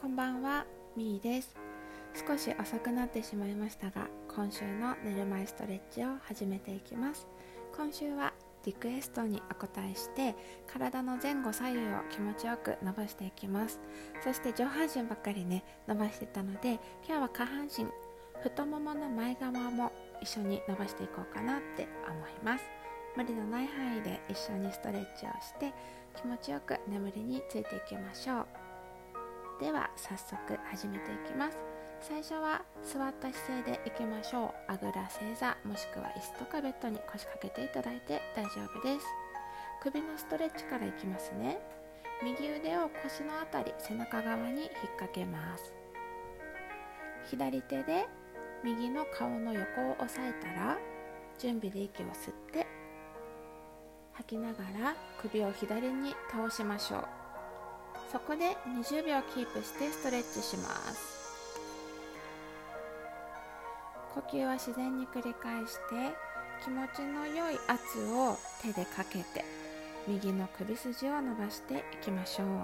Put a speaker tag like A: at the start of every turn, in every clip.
A: こんばんは、みーです。少し遅くなってしまいましたが、今週の寝る前ストレッチを始めていきます。今週はリクエストにお答えして体の前後左右を気持ちよく伸ばしていきます。そして上半身ばっかりね伸ばしてたので、今日は下半身、太ももの前側も一緒に伸ばしていこうかなって思います。無理のない範囲で一緒にストレッチをして気持ちよく眠りについていきましょう。では早速始めていきます。最初は座った姿勢でいきましょう。あぐら正座、もしくは椅子とかベッドに腰掛けていただいて大丈夫です。首のストレッチからいきますね。右腕を腰のあたり、背中側に引っ掛けます。左手で右の顔の横を押さえたら、準備で息を吸って吐きながら首を左に倒しましょう。そこで20秒キープしてストレッチします。呼吸は自然に繰り返して、気持ちの良い圧を手でかけて右の首筋を伸ばしていきましょう。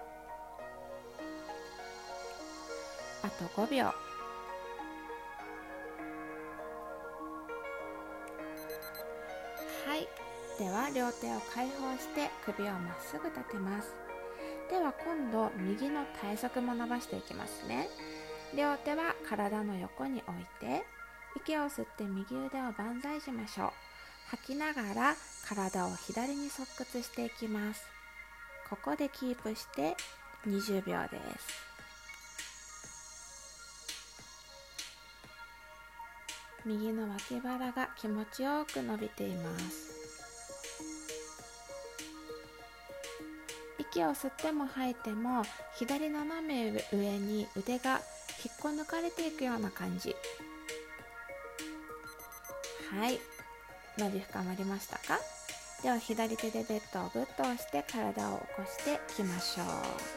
A: あと5秒。はい、では両手を開放して首をまっすぐ立てます。では今度右の体側も伸ばしていきますね。両手は体の横に置いて、息を吸って右腕を万歳しましょう。吐きながら体を左に側屈していきます。ここでキープして20秒です。右の脇腹が気持ちよく伸びています。息を吸っても吐いても左斜め上に腕が引っこ抜かれていくような感じ。はい、伸び深まりましたか？では左手でベッドをグッと押して体を起こしていきましょう。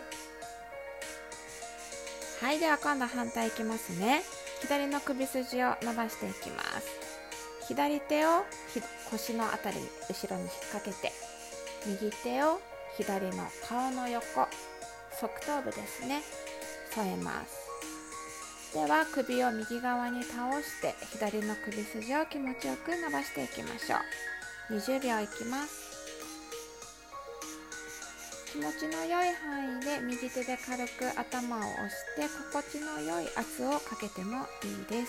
A: はい、では今度反対いきますね。左の首筋を伸ばしていきます。左手を腰のあたりに後ろに引っ掛けて、右手を左の顔の横、側頭部ですね、添えます。では首を右側に倒して左の首筋を気持ちよく伸ばしていきましょう。20秒いきます。気持ちの良い範囲で右手で軽く頭を押して心地の良い圧をかけてもいいです。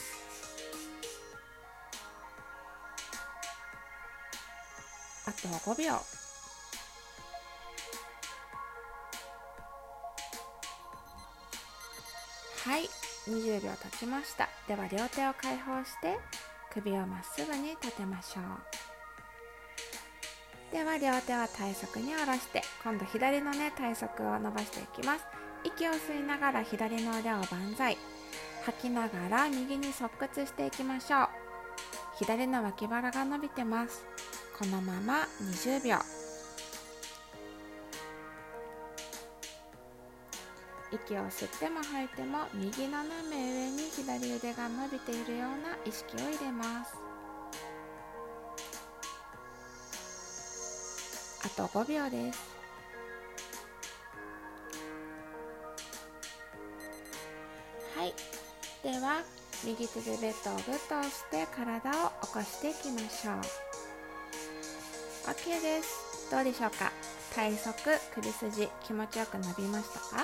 A: あと5秒。はい、20秒経ちました。では両手を開放して首をまっすぐに立てましょう。では両手は体側に下ろして、今度左の体側を伸ばしていきます。息を吸いながら左の腕を万歳、吐きながら右に側屈していきましょう。左の脇腹が伸びてます。このまま20秒。息を吸っても吐いても右斜め上に左腕が伸びているような意識を入れます。あと5秒です。はい、では右手でベッドをグッと押して体を起こしていきましょう。 OK です。どうでしょうか？体側、首筋気持ちよく伸びましたか？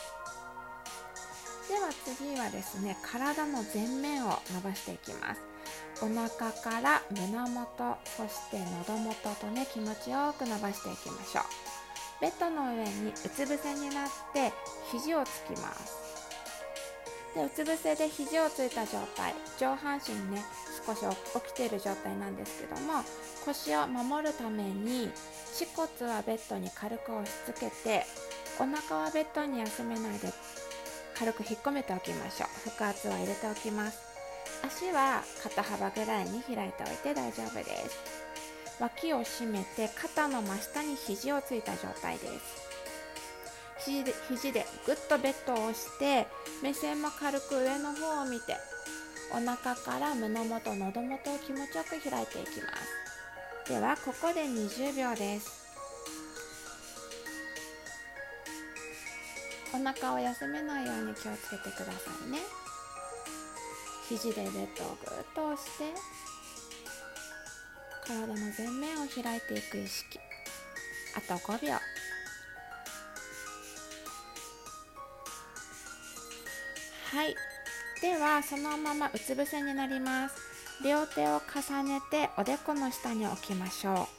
A: では次はですね、体の前面を伸ばしていきます。お腹から胸元、そして喉元とね、気持ちよく伸ばしていきましょう。ベッドの上にうつ伏せになって肘をつきます。で、うつ伏せで肘をついた状態、上半身ね少し起きている状態なんですけども、腰を守るために恥骨はベッドに軽く押し付けて、お腹はベッドに休めないで軽く引っ込めておきましょう。腹圧は入れておきます。足は肩幅ぐらいに開いておいて大丈夫です。脇を締めて肩の真下に肘をついた状態です。肘でぐっとベッドを押して、目線も軽く上の方を見て、お腹から胸元、喉元を気持ちよく開いていきます。ではここで20秒です。 お腹を休めないように気をつけてくださいね。肘でベッドをぐーっと押して、体の前面を開いていく意識。あと5秒。はい、ではそのままうつ伏せになります。両手を重ねておでこの下に置きましょう。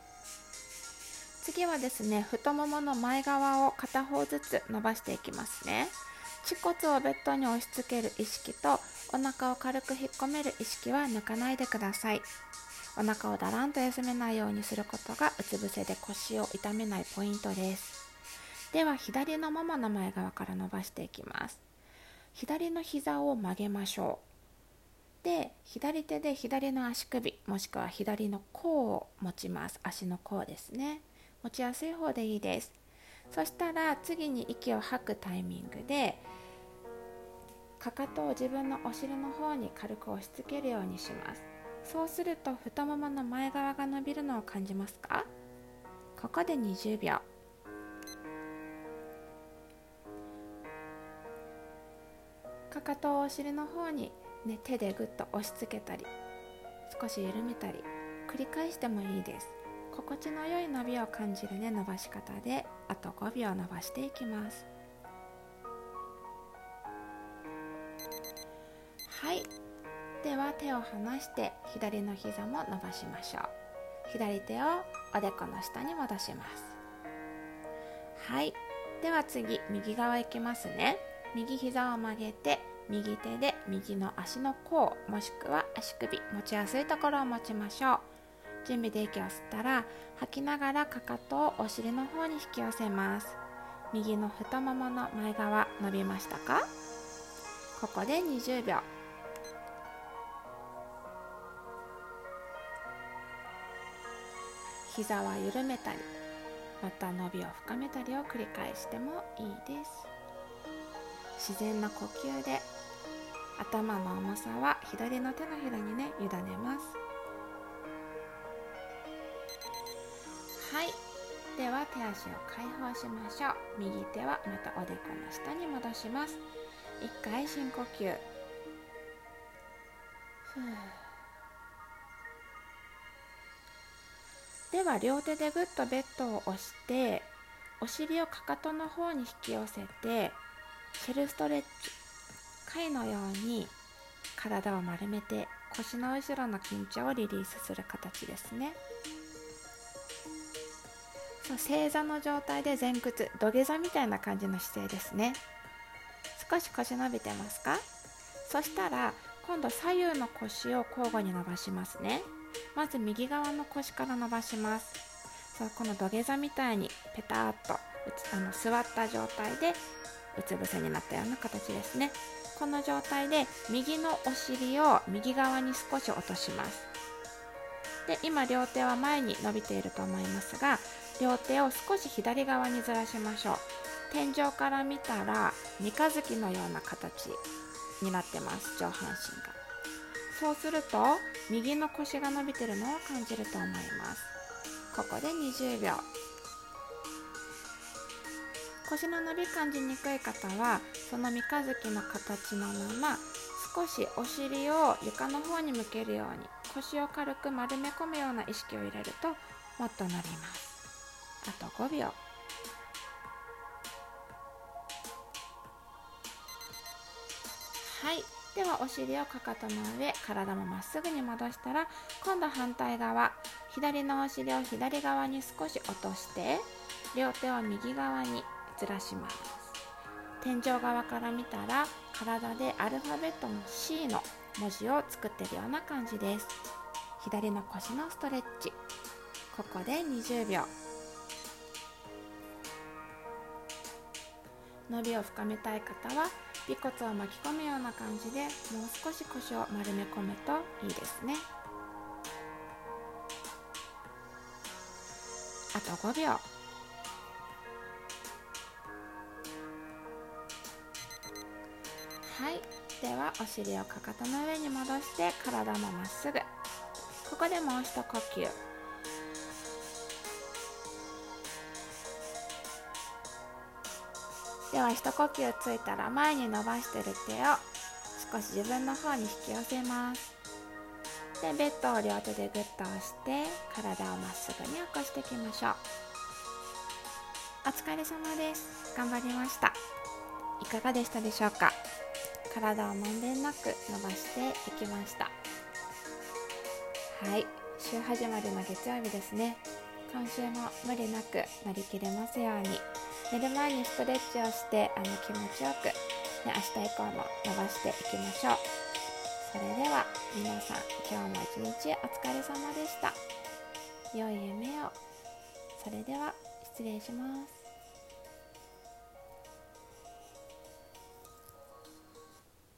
A: 次はですね、太ももの前側を片方ずつ伸ばしていきますね。恥骨をベッドに押し付ける意識とお腹を軽く引っ込める意識は抜かないでください。お腹をだらんと休めないようにすることがうつ伏せで腰を痛めないポイントです。では左のももの前側から伸ばしていきます。左の膝を曲げましょう。で、左手で左の足首もしくは左の甲を持ちます。足の甲ですね。持ちやすい方でいいです。そしたら次に息を吐くタイミングでかかとを自分のお尻の方に軽く押し付けるようにします。そうすると太ももの前側が伸びるのを感じますか？ここで20秒。かかとをお尻の方に、手でぐっと押し付けたり少し緩めたり繰り返してもいいです。心地の良い伸びを感じる伸ばし方であと5秒伸ばしていきます。はい、では手を離して左の膝も伸ばしましょう。左手をおでこの下に戻します。はい、では次右側いきますね。右膝を曲げて右手で右の足の甲もしくは足首持ちやすいところを持ちましょう。準備で息を吸ったら吐きながらかかとをお尻の方に引き寄せます。右の太ももの前側伸びましたか？ここで20秒。膝は緩めたりまた伸びを深めたりを繰り返してもいいです。自然な呼吸で頭の重さは左の手のひらに委ねます。はい、では手足を解放しましょう。右手はまたおでこの下に戻します。一回深呼吸。では両手でぐっとベッドを押してお尻をかかとの方に引き寄せてシェルストレッチ、貝のように体を丸めて腰の後ろの緊張をリリースする形ですね。正座の状態で前屈、土下座みたいな感じの姿勢ですね。少し腰伸びてますか？そしたら今度左右の腰を交互に伸ばしますね。まず右側の腰から伸ばします。この土下座みたいにペターっと座った状態でうつ伏せになったような形ですね。この状態で右のお尻を右側に少し落とします。で、今両手は前に伸びていると思いますが、両手を少し左側にずらしましょう。天井から見たら三日月のような形になってます、上半身が。そうすると右の腰が伸びているのを感じると思います。ここで20秒。腰の伸び感じにくい方はその三日月の形のまま少しお尻を床の方に向けるように腰を軽く丸め込むような意識を入れるともっと伸びます。あと5秒。はい、ではお尻をかかとの上、体もまっすぐに戻したら今度反対側、左のお尻を左側に少し落として両手を右側にずらします。天井側から見たら体でアルファベットの C の文字を作っているような感じです。左の腰のストレッチ。ここで20秒。伸びを深めたい方は尾骨を巻き込むような感じでもう少し腰を丸め込むといいですね。あと5秒。はい、ではお尻をかかとの上に戻して体もまっすぐ。ここでもう一呼吸。 では一呼吸ついたら、前に伸ばしてる手を少し自分の方に引き寄せます。で、ベッドを両手でグッと押して体をまっすぐに起こしていきましょう。お疲れ様です。頑張りました。いかがでしたでしょうか。体をまんべんなく伸ばしていきました。はい、週始まりの月曜日ですね。今週も無理なく乗り切れますように、寝る前にストレッチをして気持ちよく、明日以降も伸ばしていきましょう。それでは皆さん、今日も一日お疲れ様でした。良い夢を。それでは失礼します。